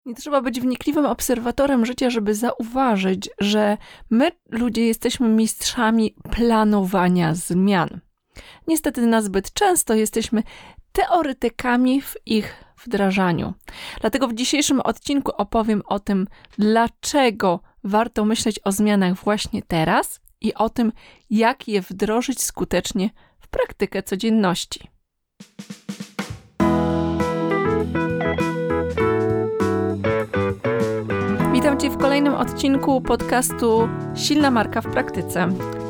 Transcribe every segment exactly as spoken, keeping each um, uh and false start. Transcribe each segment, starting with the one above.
Nie trzeba być wnikliwym obserwatorem życia, żeby zauważyć, że my, ludzie, jesteśmy mistrzami planowania zmian. Niestety nazbyt często jesteśmy teoretykami w ich wdrażaniu. Dlatego w dzisiejszym odcinku opowiem o tym, dlaczego warto myśleć o zmianach właśnie teraz i o tym, jak je wdrożyć skutecznie w praktykę codzienności. Witam Cię w kolejnym odcinku podcastu Silna marka w praktyce.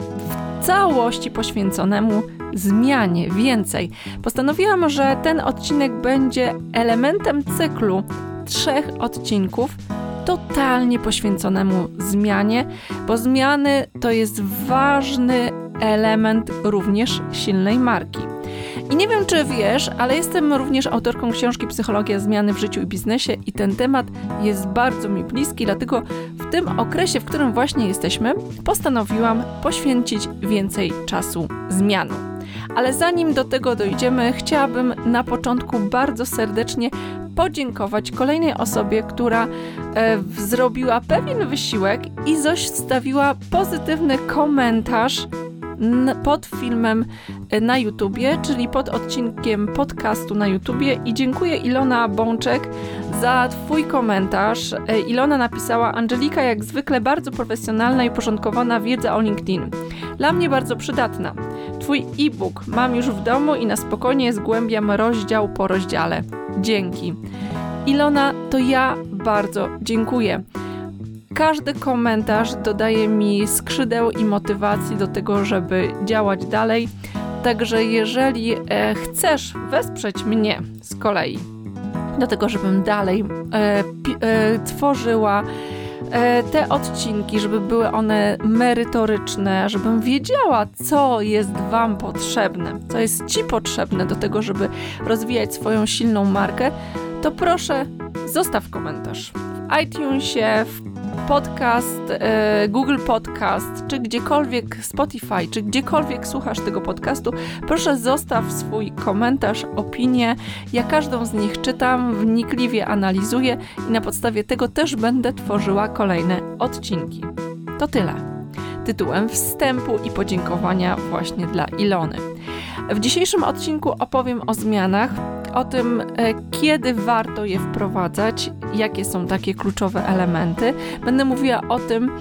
W całości poświęconemu zmianie więcej. Postanowiłam, że ten odcinek będzie elementem cyklu trzech odcinków totalnie poświęconemu zmianie, bo zmiany to jest ważny element również silnej marki. I nie wiem, czy wiesz, ale jestem również autorką książki Psychologia zmiany w życiu i biznesie i ten temat jest bardzo mi bliski, dlatego w tym okresie, w którym właśnie jesteśmy, postanowiłam poświęcić więcej czasu zmianom. Ale zanim do tego dojdziemy, chciałabym na początku bardzo serdecznie podziękować kolejnej osobie, która e, zrobiła pewien wysiłek i zostawiła pozytywny komentarz pod filmem na YouTubie, czyli pod odcinkiem podcastu na YouTubie i dziękuję Ilona Bączek za Twój komentarz. Ilona napisała: Angelika, jak zwykle bardzo profesjonalna i uporządkowana wiedza o LinkedIn. Dla mnie bardzo przydatna. Twój e-book mam już w domu i na spokojnie zgłębiam rozdział po rozdziale. Dzięki. Ilona, to ja bardzo dziękuję. Każdy komentarz dodaje mi skrzydeł i motywacji do tego, żeby działać dalej. Także jeżeli e, chcesz wesprzeć mnie z kolei do tego, żebym dalej e, pi, e, tworzyła e, te odcinki, żeby były one merytoryczne, żebym wiedziała, co jest Wam potrzebne, co jest Ci potrzebne do tego, żeby rozwijać swoją silną markę, to proszę, zostaw komentarz w iTunesie, w podcast, e, Google Podcast, czy gdziekolwiek Spotify, czy gdziekolwiek słuchasz tego podcastu, proszę zostaw swój komentarz, opinię. Ja każdą z nich czytam, wnikliwie analizuję i na podstawie tego też będę tworzyła kolejne odcinki. To tyle. Tytułem wstępu i podziękowania właśnie dla Ilony. W dzisiejszym odcinku opowiem o zmianach, o tym, kiedy warto je wprowadzać, jakie są takie kluczowe elementy. Będę mówiła o tym,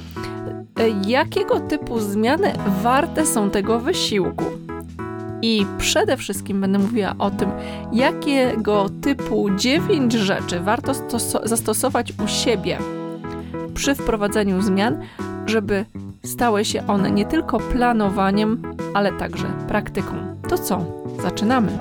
jakiego typu zmiany warte są tego wysiłku. I przede wszystkim będę mówiła o tym, jakiego typu dziewięć rzeczy warto stos- zastosować u siebie przy wprowadzeniu zmian, żeby stały się one nie tylko planowaniem, ale także praktyką. To co? Zaczynamy!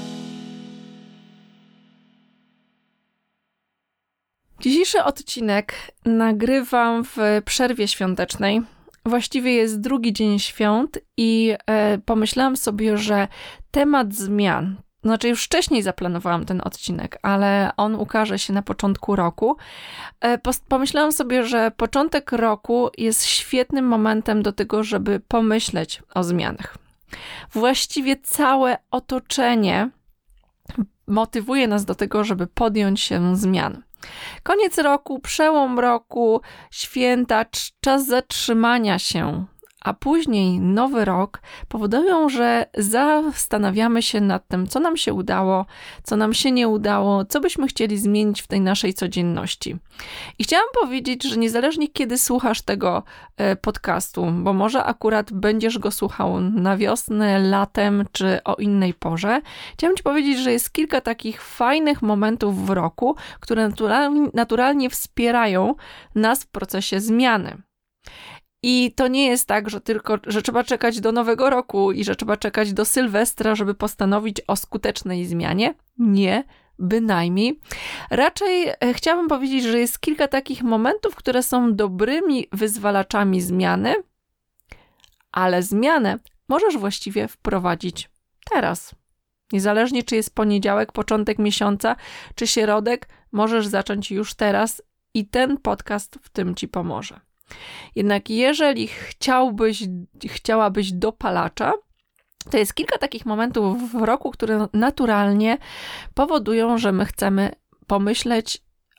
Dzisiejszy odcinek nagrywam w przerwie świątecznej. Właściwie jest drugi dzień świąt i e, pomyślałam sobie, że temat zmian, znaczy już wcześniej zaplanowałam ten odcinek, ale on ukaże się na początku roku. E, pos- pomyślałam sobie, że początek roku jest świetnym momentem do tego, żeby pomyśleć o zmianach. Właściwie całe otoczenie motywuje nas do tego, żeby podjąć się zmian. Koniec roku, przełom roku, święta, czas zatrzymania się, a później nowy rok powodują, że zastanawiamy się nad tym, co nam się udało, co nam się nie udało, co byśmy chcieli zmienić w tej naszej codzienności. I chciałam powiedzieć, że niezależnie kiedy słuchasz tego podcastu, bo może akurat będziesz go słuchał na wiosnę, latem czy o innej porze, chciałam Ci powiedzieć, że jest kilka takich fajnych momentów w roku, które naturalnie, naturalnie wspierają nas w procesie zmiany. I to nie jest tak, że tylko, że trzeba czekać do nowego roku i że trzeba czekać do Sylwestra, żeby postanowić o skutecznej zmianie. Nie, bynajmniej. Raczej chciałabym powiedzieć, że jest kilka takich momentów, które są dobrymi wyzwalaczami zmiany, ale zmianę możesz właściwie wprowadzić teraz. Niezależnie, czy jest poniedziałek, początek miesiąca, czy środek, możesz zacząć już teraz i ten podcast w tym Ci pomoże. Jednak jeżeli chciałbyś, chciałabyś dopalacza, to jest kilka takich momentów w roku, które naturalnie powodują, że my chcemy pomyśleć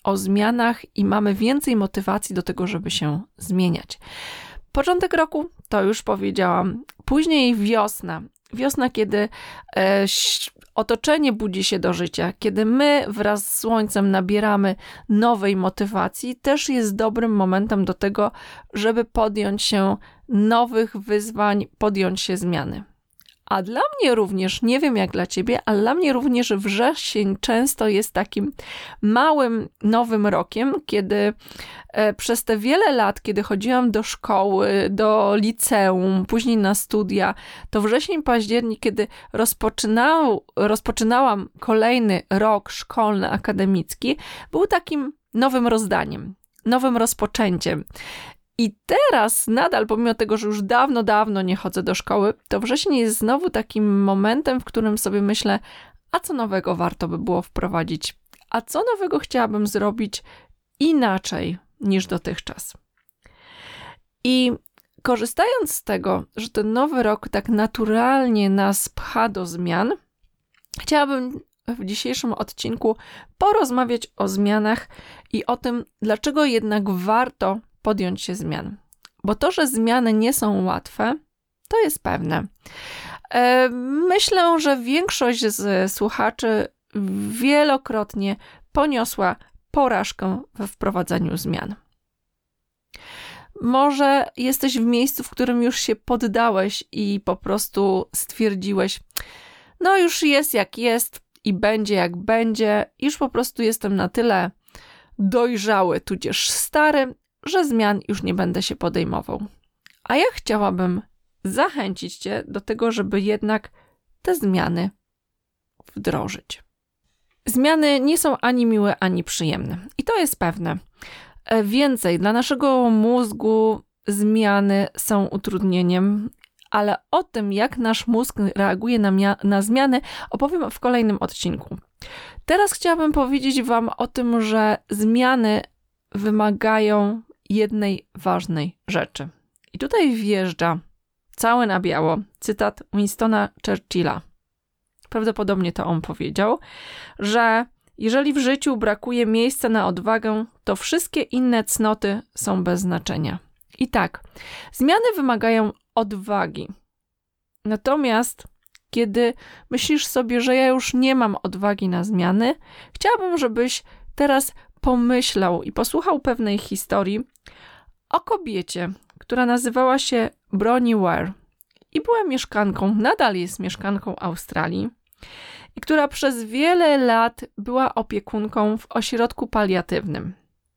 o zmianach i mamy więcej motywacji do tego, żeby się zmieniać. Początek roku, to już powiedziałam. Później wiosna. Wiosna, kiedy e, otoczenie budzi się do życia, kiedy my wraz z słońcem nabieramy nowej motywacji, też jest dobrym momentem do tego, żeby podjąć się nowych wyzwań, podjąć się zmiany. A dla mnie również, nie wiem jak dla ciebie, ale dla mnie również wrzesień często jest takim małym, nowym rokiem, kiedy e, przez te wiele lat, kiedy chodziłam do szkoły, do liceum, później na studia, to wrzesień, październik, kiedy rozpoczynał, rozpoczynałam kolejny rok szkolny, akademicki, był takim nowym rozdaniem, nowym rozpoczęciem. I teraz nadal, pomimo tego, że już dawno, dawno nie chodzę do szkoły, to wrzesień jest znowu takim momentem, w którym sobie myślę, a co nowego warto by było wprowadzić? A co nowego chciałabym zrobić inaczej niż dotychczas? I korzystając z tego, że ten nowy rok tak naturalnie nas pcha do zmian, chciałabym w dzisiejszym odcinku porozmawiać o zmianach i o tym, dlaczego jednak warto podjąć się zmian. Bo to, że zmiany nie są łatwe, to jest pewne. Myślę, że większość z słuchaczy wielokrotnie poniosła porażkę we wprowadzaniu zmian. Może jesteś w miejscu, w którym już się poddałeś i po prostu stwierdziłeś, no już jest jak jest i będzie jak będzie, już po prostu jestem na tyle dojrzały, tudzież stary, że zmian już nie będę się podejmował. A ja chciałabym zachęcić cię do tego, żeby jednak te zmiany wdrożyć. Zmiany nie są ani miłe, ani przyjemne. I to jest pewne. Więcej, dla naszego mózgu zmiany są utrudnieniem, ale o tym, jak nasz mózg reaguje na, mia- na zmiany, opowiem w kolejnym odcinku. Teraz chciałabym powiedzieć wam o tym, że zmiany wymagają jednej ważnej rzeczy. I tutaj wjeżdża cały na biało cytat Winstona Churchilla. Prawdopodobnie to on powiedział, że jeżeli w życiu brakuje miejsca na odwagę, to wszystkie inne cnoty są bez znaczenia. I tak, zmiany wymagają odwagi. Natomiast kiedy myślisz sobie, że ja już nie mam odwagi na zmiany, chciałabym, żebyś teraz pomyślał i posłuchał pewnej historii o kobiecie, która nazywała się Bronnie Ware i była mieszkanką, nadal jest mieszkanką Australii i która przez wiele lat była opiekunką w ośrodku paliatywnym,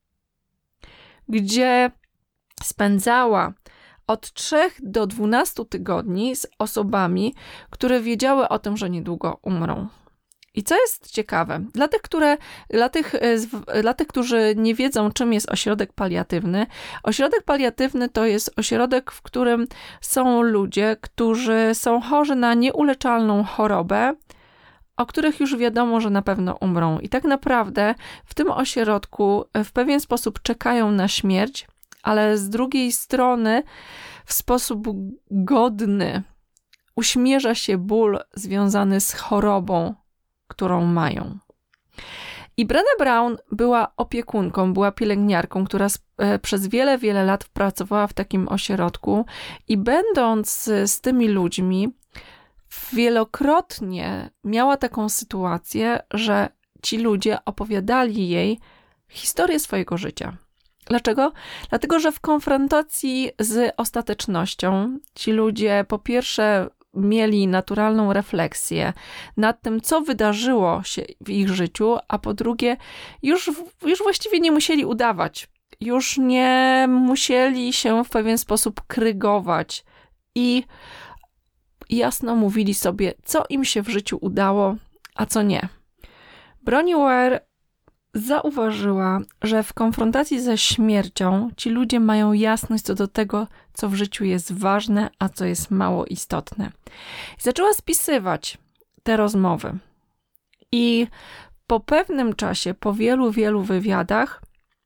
gdzie spędzała od trzech do dwunastu tygodni z osobami, które wiedziały o tym, że niedługo umrą. I co jest ciekawe, dla tych, które, dla, tych, dla tych, którzy nie wiedzą, czym jest ośrodek paliatywny, ośrodek paliatywny to jest ośrodek, w którym są ludzie, którzy są chorzy na nieuleczalną chorobę, o których już wiadomo, że na pewno umrą. I tak naprawdę w tym ośrodku w pewien sposób czekają na śmierć, ale z drugiej strony w sposób godny uśmierza się ból związany z chorobą, którą mają. I Brené Brown była opiekunką, była pielęgniarką, która z, e, przez wiele, wiele lat pracowała w takim ośrodku i będąc z, z tymi ludźmi, wielokrotnie miała taką sytuację, że ci ludzie opowiadali jej historię swojego życia. Dlaczego? Dlatego, że w konfrontacji z ostatecznością ci ludzie po pierwsze mieli naturalną refleksję nad tym, co wydarzyło się w ich życiu, a po drugie już, już właściwie nie musieli udawać. Już nie musieli się w pewien sposób krygować i jasno mówili sobie, co im się w życiu udało, a co nie. Bronnie Ware zauważyła, że w konfrontacji ze śmiercią ci ludzie mają jasność co do tego, co w życiu jest ważne, a co jest mało istotne. I zaczęła spisywać te rozmowy. I po pewnym czasie, po wielu, wielu wywiadach,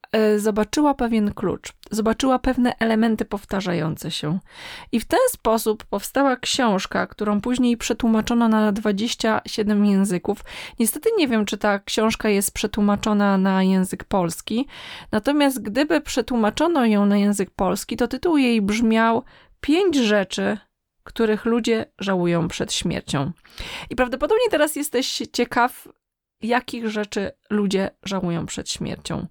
zobaczyła pewien klucz, zobaczyła pewne elementy powtarzające się. I w ten sposób powstała książka, którą później przetłumaczono na dwadzieścia siedem języków. Niestety nie wiem, czy ta książka jest przetłumaczona na język polski, natomiast gdyby przetłumaczono ją na język polski, to tytuł jej brzmiał Pięć rzeczy, których ludzie żałują przed śmiercią. I prawdopodobnie teraz jesteś ciekaw, jakich rzeczy ludzie żałują przed śmiercią.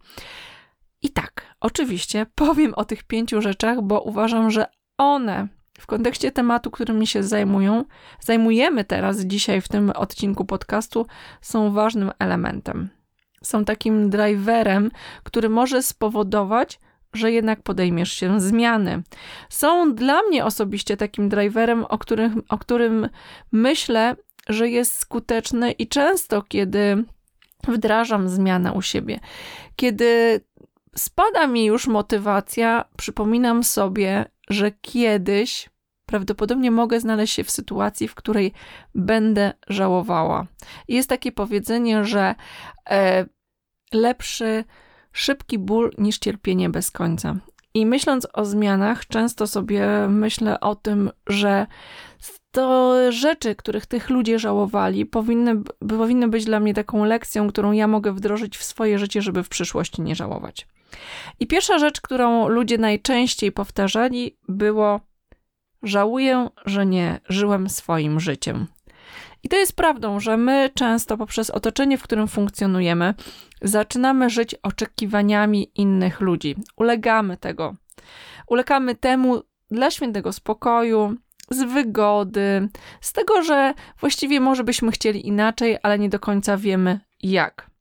I tak, oczywiście powiem o tych pięciu rzeczach, bo uważam, że one w kontekście tematu, którymi się zajmują, zajmujemy teraz dzisiaj w tym odcinku podcastu, są ważnym elementem. Są takim driverem, który może spowodować, że jednak podejmiesz się zmiany. Są dla mnie osobiście takim driverem, o którym, o którym myślę, że jest skuteczny i często, kiedy wdrażam zmianę u siebie, kiedy spada mi już motywacja, przypominam sobie, że kiedyś prawdopodobnie mogę znaleźć się w sytuacji, w której będę żałowała. I jest takie powiedzenie, że e, lepszy szybki ból niż cierpienie bez końca. I myśląc o zmianach, często sobie myślę o tym, że to rzeczy, których tych ludzie żałowali, powinny, powinny być dla mnie taką lekcją, którą ja mogę wdrożyć w swoje życie, żeby w przyszłości nie żałować. I pierwsza rzecz, którą ludzie najczęściej powtarzali, było: żałuję, że nie żyłem swoim życiem. I to jest prawdą, że my często poprzez otoczenie, w którym funkcjonujemy, zaczynamy żyć oczekiwaniami innych ludzi. Ulegamy tego. Ulegamy temu dla świętego spokoju, z wygody, z tego, że właściwie może byśmy chcieli inaczej, ale nie do końca wiemy jak.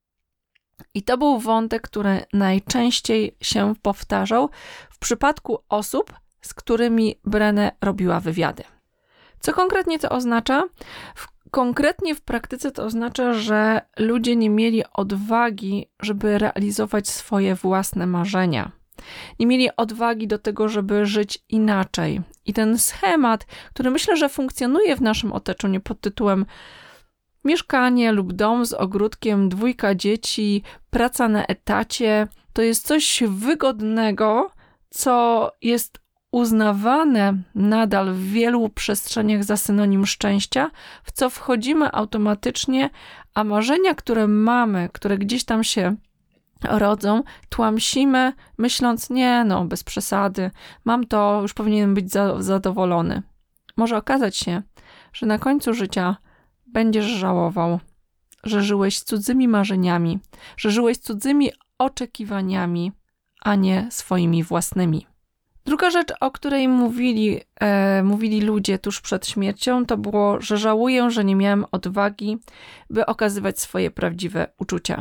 I to był wątek, który najczęściej się powtarzał w przypadku osób, z którymi Brené robiła wywiady. Co konkretnie to oznacza? W Konkretnie w praktyce to oznacza, że ludzie nie mieli odwagi, żeby realizować swoje własne marzenia. Nie mieli odwagi do tego, żeby żyć inaczej. I ten schemat, który myślę, że funkcjonuje w naszym otoczeniu pod tytułem mieszkanie lub dom z ogródkiem, dwójka dzieci, praca na etacie, to jest coś wygodnego, co jest uznawane nadal w wielu przestrzeniach za synonim szczęścia, w co wchodzimy automatycznie, a marzenia, które mamy, które gdzieś tam się rodzą, tłamsimy, myśląc, nie no, bez przesady, mam to, już powinienem być za, zadowolony. Może okazać się, że na końcu życia będziesz żałował, że żyłeś cudzymi marzeniami, że żyłeś cudzymi oczekiwaniami, a nie swoimi własnymi. Druga rzecz, o której mówili, e, mówili ludzie tuż przed śmiercią, to było, że żałuję, że nie miałem odwagi, by okazywać swoje prawdziwe uczucia.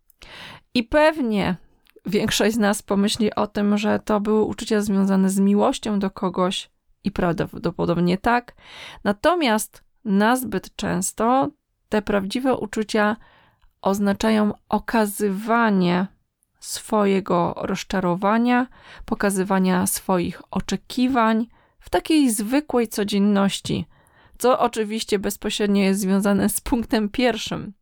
I pewnie większość z nas pomyśli o tym, że to były uczucia związane z miłością do kogoś i prawdopodobnie tak. Natomiast nazbyt często te prawdziwe uczucia oznaczają okazywanie swojego rozczarowania, pokazywania swoich oczekiwań w takiej zwykłej codzienności, co oczywiście bezpośrednio jest związane z punktem pierwszym.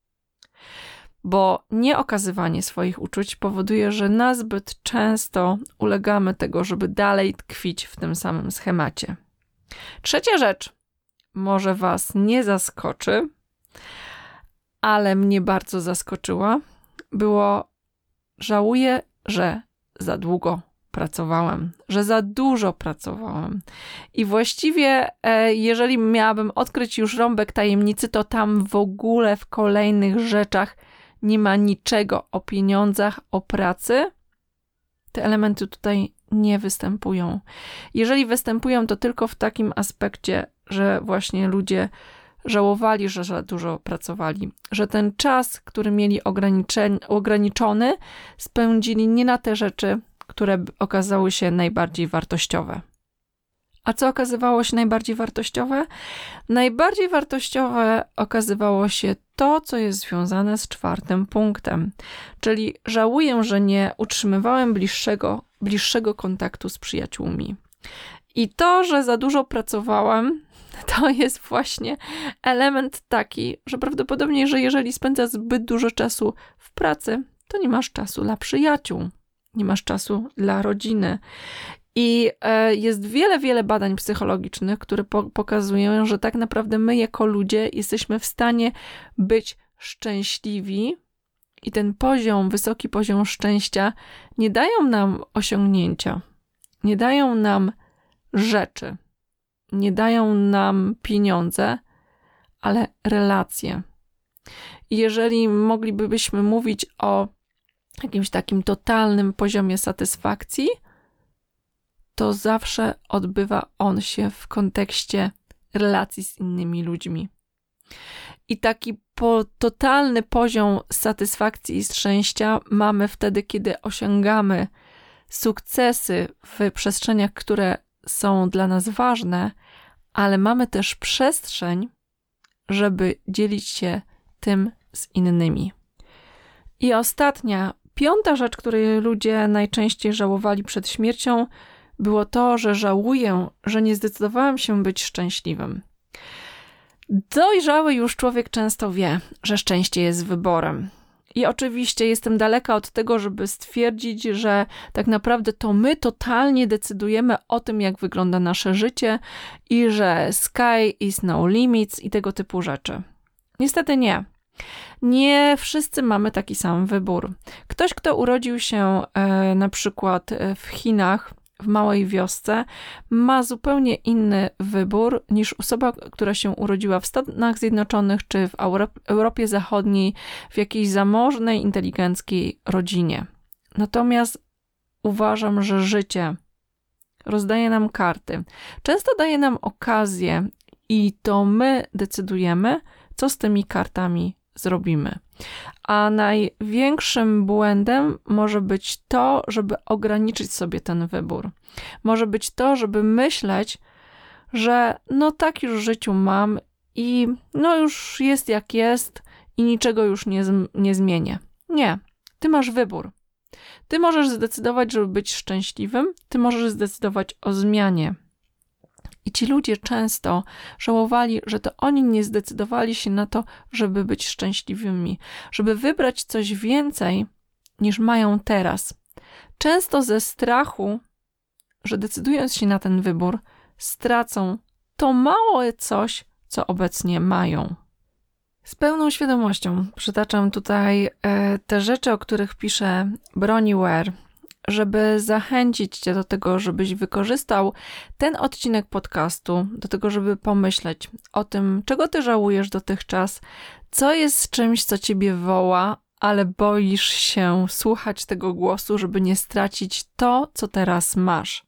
Bo nieokazywanie swoich uczuć powoduje, że nazbyt często ulegamy tego, żeby dalej tkwić w tym samym schemacie. Trzecia rzecz może was nie zaskoczy, ale mnie bardzo zaskoczyła. Było: żałuję, że za długo pracowałem, że za dużo pracowałem. I właściwie, jeżeli miałabym odkryć już rąbek tajemnicy, to tam w ogóle w kolejnych rzeczach nie ma niczego o pieniądzach, o pracy. Te elementy tutaj nie występują. Jeżeli występują, to tylko w takim aspekcie, że właśnie ludzie żałowali, że za dużo pracowali, że ten czas, który mieli ograniczony, spędzili nie na te rzeczy, które okazały się najbardziej wartościowe. A co okazywało się najbardziej wartościowe? Najbardziej wartościowe okazywało się to, co jest związane z czwartym punktem, czyli żałuję, że nie utrzymywałem bliższego, bliższego kontaktu z przyjaciółmi. I to, że za dużo pracowałem, to jest właśnie element taki, że prawdopodobnie, że jeżeli spędzasz zbyt dużo czasu w pracy, to nie masz czasu dla przyjaciół. nie masz czasu dla rodziny. I e, jest wiele, wiele badań psychologicznych, które po- pokazują, że tak naprawdę my jako ludzie jesteśmy w stanie być szczęśliwi i ten poziom, wysoki poziom szczęścia nie dają nam osiągnięcia, nie dają nam rzeczy, nie dają nam pieniądze, ale relacje. I jeżeli moglibyśmy mówić o jakimś takim totalnym poziomie satysfakcji, to zawsze odbywa on się w kontekście relacji z innymi ludźmi. I taki po, totalny poziom satysfakcji i szczęścia mamy wtedy, kiedy osiągamy sukcesy w przestrzeniach, które są dla nas ważne, ale mamy też przestrzeń, żeby dzielić się tym z innymi. I ostatnia, piąta rzecz, której ludzie najczęściej żałowali przed śmiercią, było to, że żałuję, że nie zdecydowałem się być szczęśliwym. Dojrzały już człowiek często wie, że szczęście jest wyborem. I oczywiście jestem daleka od tego, żeby stwierdzić, że tak naprawdę to my totalnie decydujemy o tym, jak wygląda nasze życie i że sky is no limits i tego typu rzeczy. Niestety nie. Nie wszyscy mamy taki sam wybór. Ktoś, kto urodził się e, na przykład w Chinach, w małej wiosce, ma zupełnie inny wybór niż osoba, która się urodziła w Stanach Zjednoczonych czy w Europie Zachodniej, w jakiejś zamożnej, inteligenckiej rodzinie. Natomiast uważam, że życie rozdaje nam karty. Często daje nam okazję i to my decydujemy, co z tymi kartami zrobimy. A największym błędem może być to, żeby ograniczyć sobie ten wybór. Może być to, żeby myśleć, że no tak już w życiu mam i no już jest jak jest i niczego już nie, nie zmienię. Nie, ty masz wybór. Ty możesz zdecydować, żeby być szczęśliwym, ty możesz zdecydować o zmianie. I ci ludzie często żałowali, że to oni nie zdecydowali się na to, żeby być szczęśliwymi, żeby wybrać coś więcej niż mają teraz. Często ze strachu, że decydując się na ten wybór, stracą to małe coś, co obecnie mają. Z pełną świadomością przytaczam tutaj e, te rzeczy, o których pisze Bronnie Ware, żeby zachęcić cię do tego, żebyś wykorzystał ten odcinek podcastu, do tego, żeby pomyśleć o tym, czego ty żałujesz dotychczas, co jest czymś, co ciebie woła, ale boisz się słuchać tego głosu, żeby nie stracić to, co teraz masz.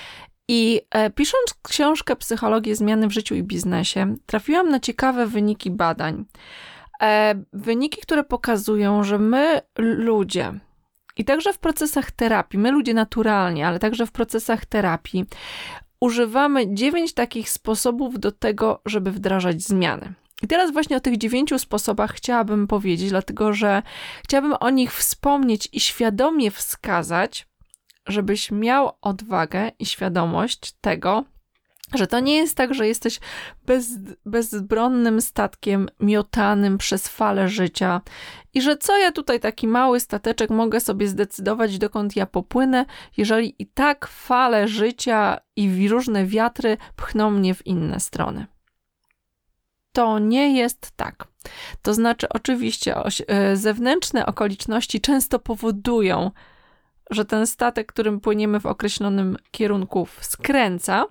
I e, pisząc książkę Psychologię zmiany w życiu i biznesie, trafiłam na ciekawe wyniki badań. E, wyniki, które pokazują, że my, ludzie, i także w procesach terapii, my ludzie naturalnie, ale także w procesach terapii, używamy dziewięć takich sposobów do tego, żeby wdrażać zmiany. I teraz właśnie o tych dziewięciu sposobach chciałabym powiedzieć, dlatego że chciałabym o nich wspomnieć i świadomie wskazać, żebyś miał odwagę i świadomość tego, że to nie jest tak, że jesteś bez, bezbronnym statkiem miotanym przez fale życia i że co ja tutaj taki mały stateczek mogę sobie zdecydować, dokąd ja popłynę, jeżeli i tak fale życia i różne wiatry pchną mnie w inne strony. To nie jest tak. To znaczy oczywiście zewnętrzne okoliczności często powodują, że ten statek, którym płyniemy w określonym kierunku, skręca,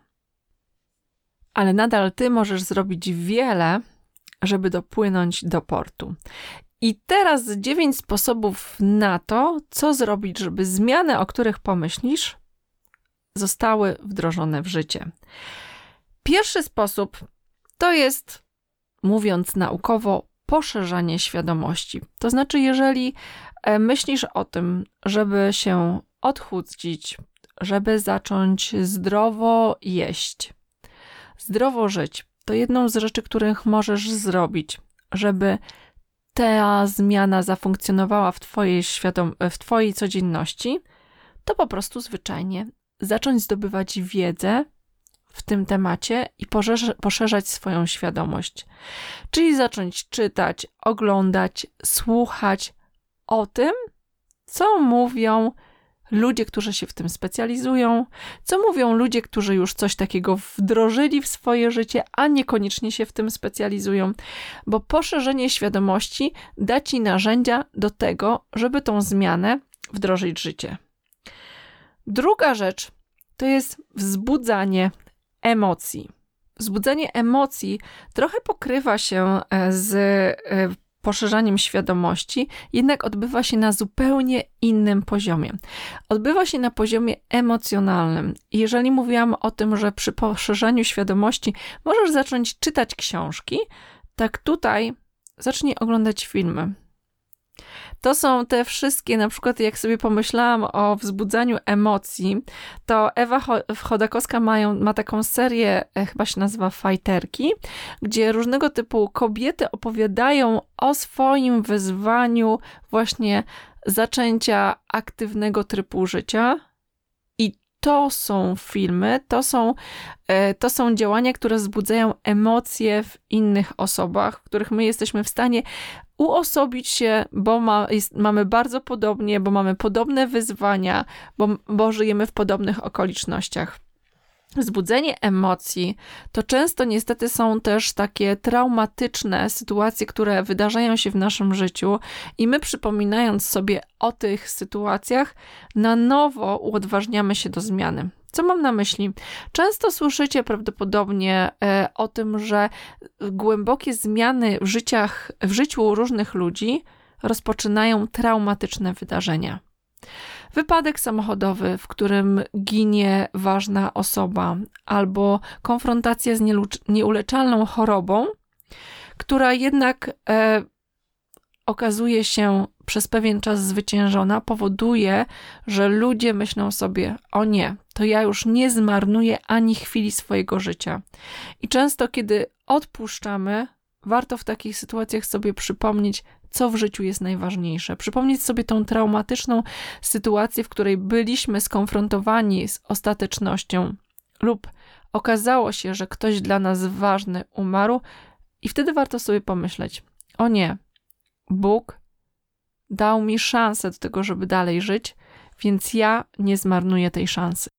ale nadal ty możesz zrobić wiele, żeby dopłynąć do portu. I teraz dziewięć sposobów na to, co zrobić, żeby zmiany, o których pomyślisz, zostały wdrożone w życie. Pierwszy sposób to jest, mówiąc naukowo, poszerzanie świadomości. To znaczy, jeżeli myślisz o tym, żeby się odchudzić, żeby zacząć zdrowo jeść, zdrowo żyć, to jedną z rzeczy, których możesz zrobić, żeby ta zmiana zafunkcjonowała w twojej, świadom- w twojej codzienności, to po prostu zwyczajnie zacząć zdobywać wiedzę w tym temacie i poszerz- poszerzać swoją świadomość. Czyli zacząć czytać, oglądać, słuchać o tym, co mówią ludzie, którzy się w tym specjalizują, co mówią ludzie, którzy już coś takiego wdrożyli w swoje życie, a niekoniecznie się w tym specjalizują, bo poszerzenie świadomości da ci narzędzia do tego, żeby tą zmianę wdrożyć w życie. Druga rzecz to jest wzbudzanie emocji. Wzbudzanie emocji trochę pokrywa się z poszerzaniem świadomości, jednak odbywa się na zupełnie innym poziomie. Odbywa się na poziomie emocjonalnym. I jeżeli mówiłam o tym, że przy poszerzaniu świadomości możesz zacząć czytać książki, tak tutaj zacznij oglądać filmy. To są te wszystkie, na przykład jak sobie pomyślałam o wzbudzaniu emocji, to Ewa Chodakowska mają, ma taką serię, chyba się nazywa Fajterki, gdzie różnego typu kobiety opowiadają o swoim wyzwaniu właśnie zaczęcia aktywnego trybu życia. I to są filmy, to są, to są działania, które wzbudzają emocje w innych osobach, w których my jesteśmy w stanie uosobić się, bo ma, jest, mamy bardzo podobnie, bo mamy podobne wyzwania, bo, bo żyjemy w podobnych okolicznościach. Wzbudzenie emocji to często niestety są też takie traumatyczne sytuacje, które wydarzają się w naszym życiu i my, przypominając sobie o tych sytuacjach, na nowo uodważniamy się do zmiany. Co mam na myśli? Często słyszycie prawdopodobnie e, o tym, że głębokie zmiany w, życiach, w życiu różnych ludzi rozpoczynają traumatyczne wydarzenia. Wypadek samochodowy, w którym ginie ważna osoba, albo konfrontacja z nieuleczalną chorobą, która jednak e, okazuje się przez pewien czas zwyciężona, powoduje, że ludzie myślą sobie: o nie, to ja już nie zmarnuję ani chwili swojego życia. I często, kiedy odpuszczamy, warto w takich sytuacjach sobie przypomnieć, co w życiu jest najważniejsze. Przypomnieć sobie tą traumatyczną sytuację, w której byliśmy skonfrontowani z ostatecznością lub okazało się, że ktoś dla nas ważny umarł i wtedy warto sobie pomyśleć: o nie, Bóg dał mi szansę do tego, żeby dalej żyć, więc ja nie zmarnuję tej szansy.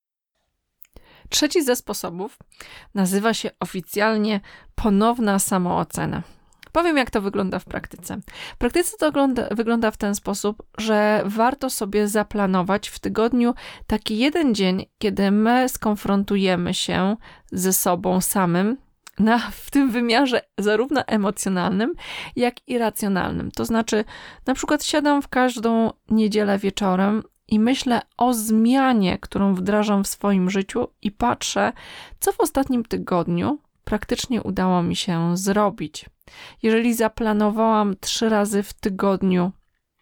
Trzeci ze sposobów nazywa się oficjalnie ponowna samoocena. Powiem, jak to wygląda w praktyce. W praktyce to wygląda, wygląda w ten sposób, że warto sobie zaplanować w tygodniu taki jeden dzień, kiedy my skonfrontujemy się ze sobą samym, Na, w tym wymiarze zarówno emocjonalnym, jak i racjonalnym. To znaczy, na przykład siadam w każdą niedzielę wieczorem i myślę o zmianie, którą wdrażam w swoim życiu i patrzę, co w ostatnim tygodniu praktycznie udało mi się zrobić. Jeżeli zaplanowałam trzy razy w tygodniu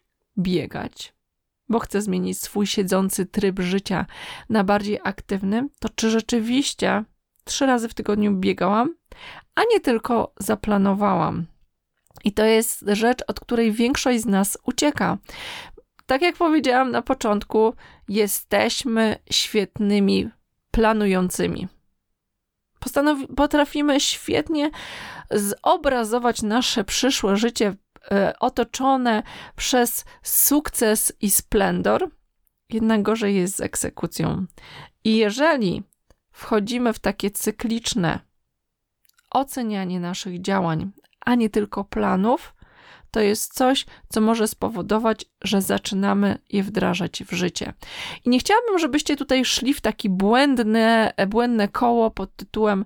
biegać, bo chcę zmienić swój siedzący tryb życia na bardziej aktywny, to czy rzeczywiście trzy razy w tygodniu biegałam, a nie tylko zaplanowałam. I to jest rzecz, od której większość z nas ucieka. Tak jak powiedziałam na początku, jesteśmy świetnymi planującymi. Postanowi- potrafimy świetnie zobrazować nasze przyszłe życie e, otoczone przez sukces i splendor, jednak gorzej jest z egzekucją. I jeżeli wchodzimy w takie cykliczne ocenianie naszych działań, a nie tylko planów, to jest coś, co może spowodować, że zaczynamy je wdrażać w życie. I nie chciałabym, żebyście tutaj szli w takie błędne, błędne koło pod tytułem: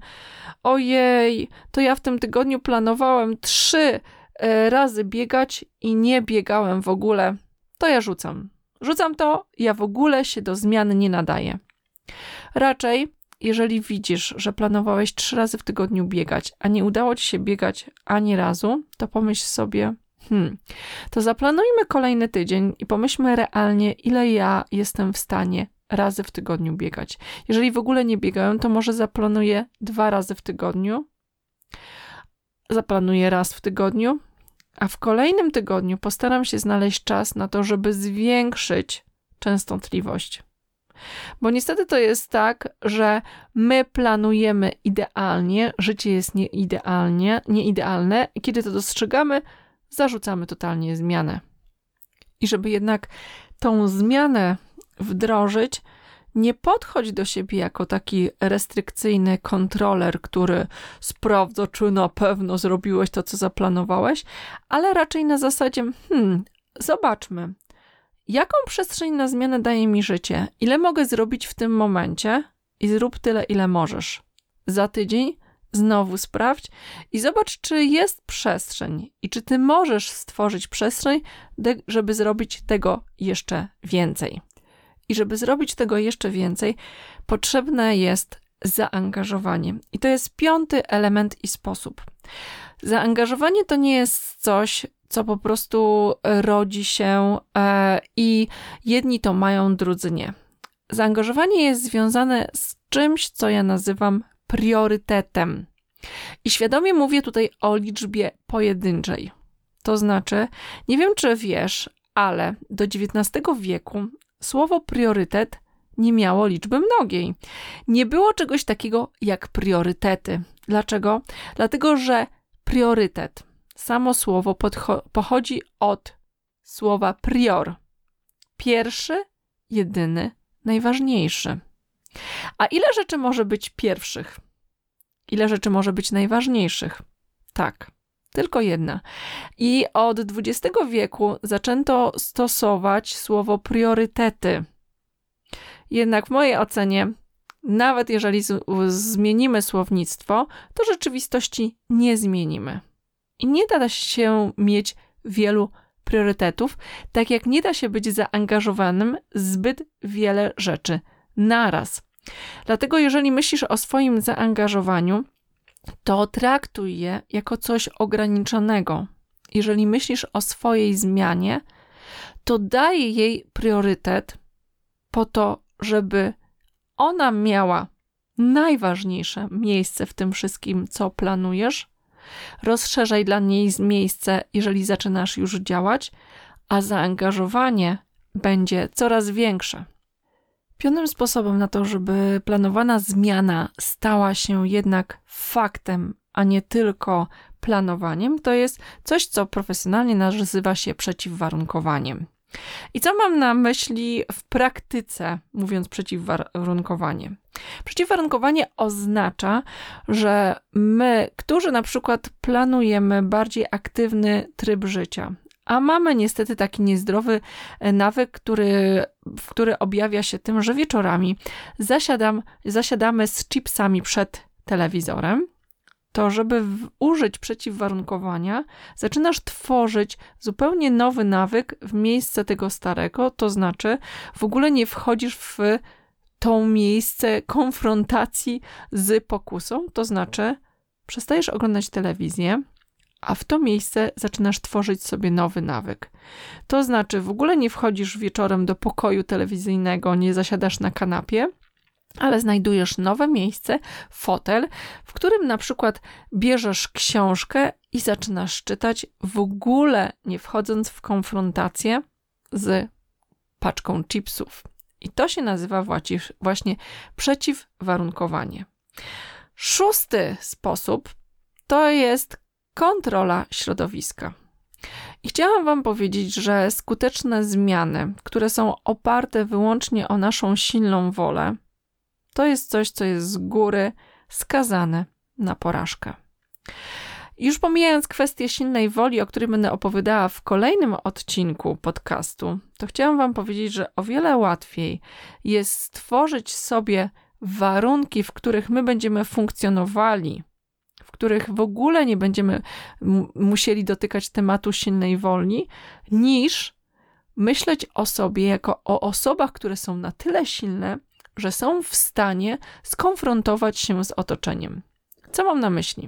ojej, to ja w tym tygodniu planowałem trzy razy biegać i nie biegałem w ogóle. To ja rzucam. Rzucam to, ja w ogóle się do zmian nie nadaję. Raczej, jeżeli widzisz, że planowałeś trzy razy w tygodniu biegać, a nie udało ci się biegać ani razu, to pomyśl sobie: hmm, to zaplanujmy kolejny tydzień i pomyślmy realnie, ile ja jestem w stanie razy w tygodniu biegać. Jeżeli w ogóle nie biegałem, to może zaplanuję dwa razy w tygodniu, zaplanuję raz w tygodniu, a w kolejnym tygodniu postaram się znaleźć czas na to, żeby zwiększyć częstotliwość. Bo niestety to jest tak, że my planujemy idealnie, życie jest nieidealnie, nieidealne i kiedy to dostrzegamy, zarzucamy totalnie zmianę. I żeby jednak tą zmianę wdrożyć, nie podchodź do siebie jako taki restrykcyjny kontroler, który sprawdza, czy na pewno zrobiłeś to, co zaplanowałeś, ale raczej na zasadzie, hmm, zobaczmy, jaką przestrzeń na zmianę daje mi życie, ile mogę zrobić w tym momencie i zrób tyle, ile możesz. Za tydzień znowu sprawdź i zobacz, czy jest przestrzeń i czy ty możesz stworzyć przestrzeń, żeby zrobić tego jeszcze więcej. I żeby zrobić tego jeszcze więcej, potrzebne jest zaangażowanie. I to jest piąty element i sposób. Zaangażowanie to nie jest coś, co po prostu rodzi się e, i jedni to mają, drudzy nie. Zaangażowanie jest związane z czymś, co ja nazywam priorytetem. I świadomie mówię tutaj o liczbie pojedynczej. To znaczy, nie wiem, czy wiesz, ale do dziewiętnastego wieku słowo priorytet nie miało liczby mnogiej. Nie było czegoś takiego jak priorytety. Dlaczego? Dlatego, że priorytet, samo słowo podcho- pochodzi od słowa prior. Pierwszy, jedyny, najważniejszy. A ile rzeczy może być pierwszych? Ile rzeczy może być najważniejszych? Tak, tylko jedna. I od dwudziestego wieku zaczęto stosować słowo priorytety. Jednak w mojej ocenie, nawet jeżeli z- zmienimy słownictwo, to rzeczywistości nie zmienimy. I nie da się mieć wielu priorytetów, tak jak nie da się być zaangażowanym w zbyt wiele rzeczy naraz. Dlatego jeżeli myślisz o swoim zaangażowaniu, to traktuj je jako coś ograniczonego. Jeżeli myślisz o swojej zmianie, to daj jej priorytet po to, żeby ona miała najważniejsze miejsce w tym wszystkim, co planujesz. Rozszerzaj dla niej miejsce, jeżeli zaczynasz już działać, a zaangażowanie będzie coraz większe. Piątym sposobem na to, żeby planowana zmiana stała się jednak faktem, a nie tylko planowaniem, to jest coś, co profesjonalnie nazywa się przeciwwarunkowaniem. I co mam na myśli w praktyce, mówiąc przeciwwarunkowanie? Przeciwwarunkowanie oznacza, że my, którzy na przykład planujemy bardziej aktywny tryb życia, a mamy niestety taki niezdrowy nawyk, który, który objawia się tym, że wieczorami zasiadam, zasiadamy z chipsami przed telewizorem, to żeby w, użyć przeciwwarunkowania, zaczynasz tworzyć zupełnie nowy nawyk w miejsce tego starego, to znaczy w ogóle nie wchodzisz w to miejsce konfrontacji z pokusą, to znaczy przestajesz oglądać telewizję, a w to miejsce zaczynasz tworzyć sobie nowy nawyk. To znaczy w ogóle nie wchodzisz wieczorem do pokoju telewizyjnego, nie zasiadasz na kanapie, ale znajdujesz nowe miejsce, fotel, w którym na przykład bierzesz książkę i zaczynasz czytać, w ogóle nie wchodząc w konfrontację z paczką chipsów. I to się nazywa właśnie przeciwwarunkowanie. Szósty sposób to jest kontrola środowiska. I chciałam wam powiedzieć, że skuteczne zmiany, które są oparte wyłącznie o naszą silną wolę, to jest coś, co jest z góry skazane na porażkę. Już pomijając kwestię silnej woli, o której będę opowiadała w kolejnym odcinku podcastu, to chciałam wam powiedzieć, że o wiele łatwiej jest stworzyć sobie warunki, w których my będziemy funkcjonowali, w których w ogóle nie będziemy m- musieli dotykać tematu silnej woli, niż myśleć o sobie jako o osobach, które są na tyle silne, że są w stanie skonfrontować się z otoczeniem. Co mam na myśli?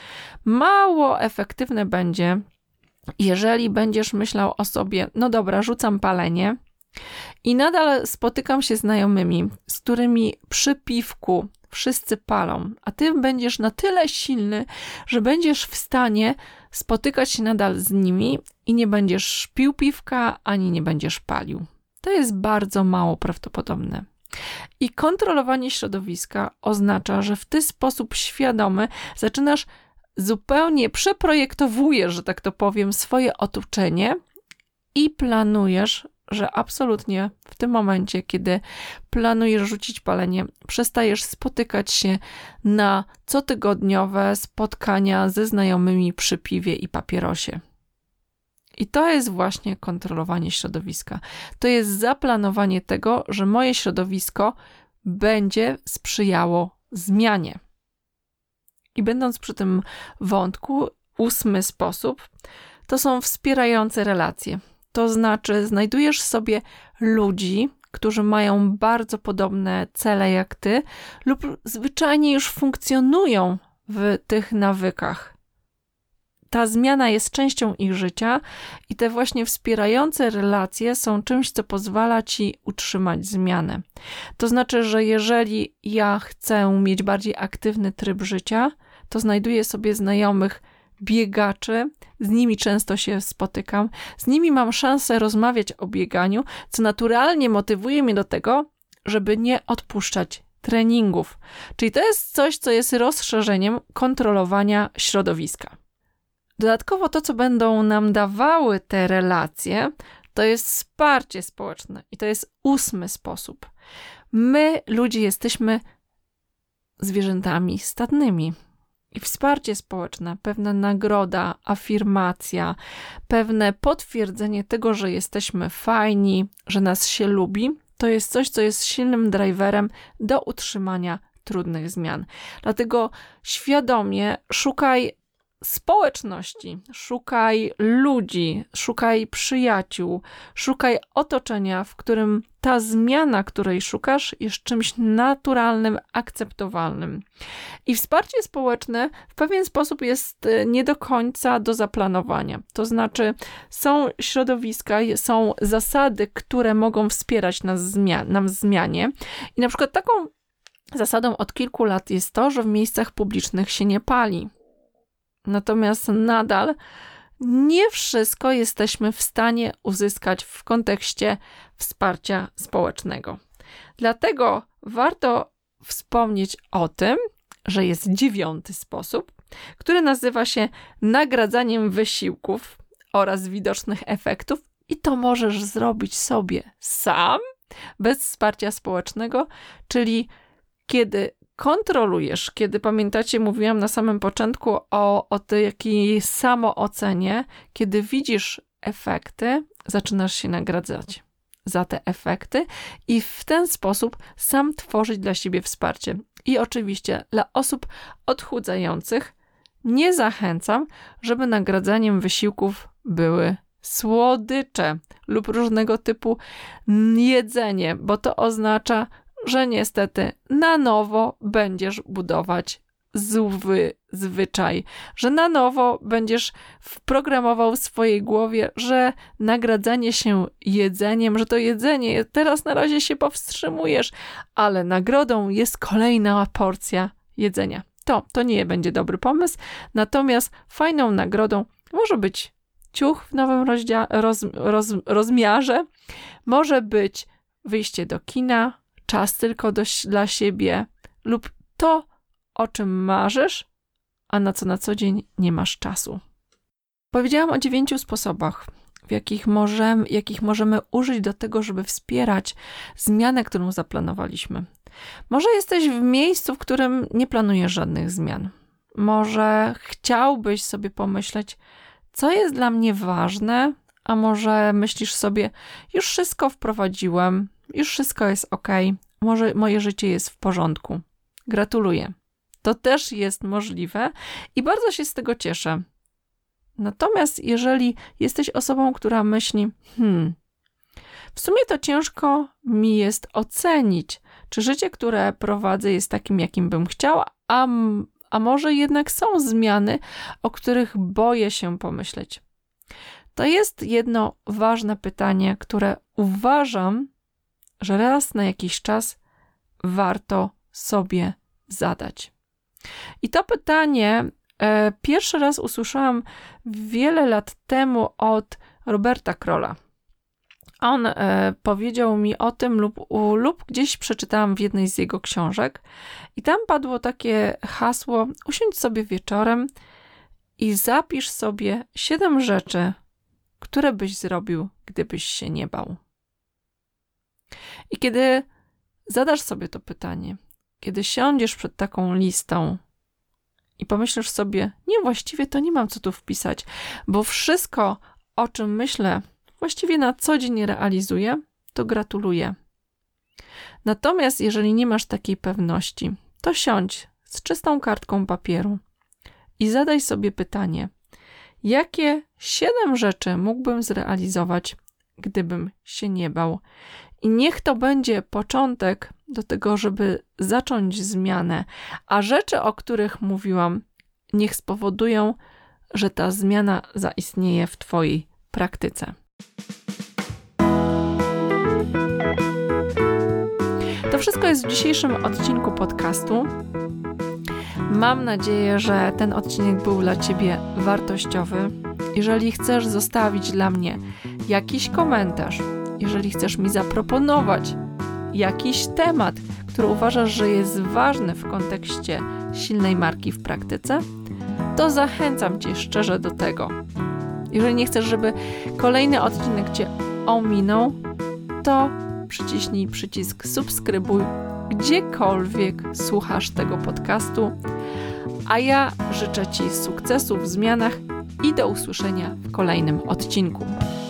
Mało efektywne będzie, jeżeli będziesz myślał o sobie, no dobra, rzucam palenie i nadal spotykam się z znajomymi, z którymi przy piwku wszyscy palą, a ty będziesz na tyle silny, że będziesz w stanie spotykać się nadal z nimi i nie będziesz pił piwka, ani nie będziesz palił. To jest bardzo mało prawdopodobne. I kontrolowanie środowiska oznacza, że w ten sposób świadomy zaczynasz zupełnie, przeprojektowujesz, że tak to powiem, swoje otoczenie i planujesz że absolutnie w tym momencie, kiedy planujesz rzucić palenie, przestajesz spotykać się na cotygodniowe spotkania ze znajomymi przy piwie i papierosie. I to jest właśnie kontrolowanie środowiska. To jest zaplanowanie tego, że moje środowisko będzie sprzyjało zmianie. I będąc przy tym wątku, ósmy sposób, to są wspierające relacje. To znaczy znajdujesz sobie ludzi, którzy mają bardzo podobne cele jak ty lub zwyczajnie już funkcjonują w tych nawykach. Ta zmiana jest częścią ich życia i te właśnie wspierające relacje są czymś, co pozwala ci utrzymać zmianę. To znaczy, że jeżeli ja chcę mieć bardziej aktywny tryb życia, to znajduję sobie znajomych biegaczy, z nimi często się spotykam, z nimi mam szansę rozmawiać o bieganiu, co naturalnie motywuje mnie do tego, żeby nie odpuszczać treningów. Czyli to jest coś, co jest rozszerzeniem kontrolowania środowiska. Dodatkowo to, co będą nam dawały te relacje, to jest wsparcie społeczne i to jest ósmy sposób. My, ludzie, jesteśmy zwierzętami stadnymi. I wsparcie społeczne, pewna nagroda, afirmacja, pewne potwierdzenie tego, że jesteśmy fajni, że nas się lubi, to jest coś, co jest silnym driverem do utrzymania trudnych zmian. Dlatego świadomie szukaj społeczności, szukaj ludzi, szukaj przyjaciół, szukaj otoczenia, w którym ta zmiana, której szukasz, jest czymś naturalnym, akceptowalnym. I wsparcie społeczne w pewien sposób jest nie do końca do zaplanowania. To znaczy są środowiska, są zasady, które mogą wspierać nas, zmian- nam w zmianie. I na przykład taką zasadą od kilku lat jest to, że w miejscach publicznych się nie pali. Natomiast nadal nie wszystko jesteśmy w stanie uzyskać w kontekście wsparcia społecznego. Dlatego warto wspomnieć o tym, że jest dziewiąty sposób, który nazywa się nagradzaniem wysiłków oraz widocznych efektów i to możesz zrobić sobie sam, bez wsparcia społecznego, czyli kiedy kontrolujesz, kiedy pamiętacie, mówiłam na samym początku o, o tej jakiej samoocenie, kiedy widzisz efekty, zaczynasz się nagradzać za te efekty i w ten sposób sam tworzyć dla siebie wsparcie. I oczywiście dla osób odchudzających nie zachęcam, żeby nagradzaniem wysiłków były słodycze lub różnego typu jedzenie, bo to oznacza, że niestety na nowo będziesz budować zły zwyczaj, że na nowo będziesz wprogramował w swojej głowie, że nagradzanie się jedzeniem, że to jedzenie, teraz na razie się powstrzymujesz, ale nagrodą jest kolejna porcja jedzenia. To, to nie będzie dobry pomysł, natomiast fajną nagrodą może być ciuch w nowym rozdzia- roz, roz, rozmiarze, może być wyjście do kina, czas tylko do, dla siebie lub to, o czym marzysz, a na co na co dzień nie masz czasu. Powiedziałam o dziewięciu sposobach, w jakich możemy, jakich możemy użyć do tego, żeby wspierać zmianę, którą zaplanowaliśmy. Może jesteś w miejscu, w którym nie planujesz żadnych zmian. Może chciałbyś sobie pomyśleć, co jest dla mnie ważne, a może myślisz sobie, już wszystko wprowadziłem, już wszystko jest ok, może moje życie jest w porządku. Gratuluję. To też jest możliwe i bardzo się z tego cieszę. Natomiast jeżeli jesteś osobą, która myśli, hmm, w sumie to ciężko mi jest ocenić, czy życie, które prowadzę, jest takim, jakim bym chciała, a, a może jednak są zmiany, o których boję się pomyśleć. To jest jedno ważne pytanie, które uważam, że raz na jakiś czas warto sobie zadać. I to pytanie e, pierwszy raz usłyszałam wiele lat temu od Roberta Krolla. On e, powiedział mi o tym lub, u, lub gdzieś przeczytałam w jednej z jego książek i tam padło takie hasło: usiądź sobie wieczorem i zapisz sobie siedem rzeczy, które byś zrobił, gdybyś się nie bał. I kiedy zadasz sobie to pytanie, kiedy siądziesz przed taką listą i pomyślisz sobie, nie, właściwie to nie mam co tu wpisać, bo wszystko, o czym myślę, właściwie na co dzień realizuję, to gratuluję. Natomiast jeżeli nie masz takiej pewności, to siądź z czystą kartką papieru i zadaj sobie pytanie, jakie siedem rzeczy mógłbym zrealizować, gdybym się nie bał. I niech to będzie początek do tego, żeby zacząć zmianę, a rzeczy, o których mówiłam, niech spowodują, że ta zmiana zaistnieje w Twojej praktyce. To wszystko jest w dzisiejszym odcinku podcastu. Mam nadzieję, że ten odcinek był dla Ciebie wartościowy. Jeżeli chcesz zostawić dla mnie jakiś komentarz, jeżeli chcesz mi zaproponować jakiś temat, który uważasz, że jest ważny w kontekście silnej marki w praktyce, to zachęcam Cię szczerze do tego. Jeżeli nie chcesz, żeby kolejny odcinek Cię ominął, to przyciśnij przycisk subskrybuj, gdziekolwiek słuchasz tego podcastu, a ja życzę Ci sukcesu w zmianach i do usłyszenia w kolejnym odcinku.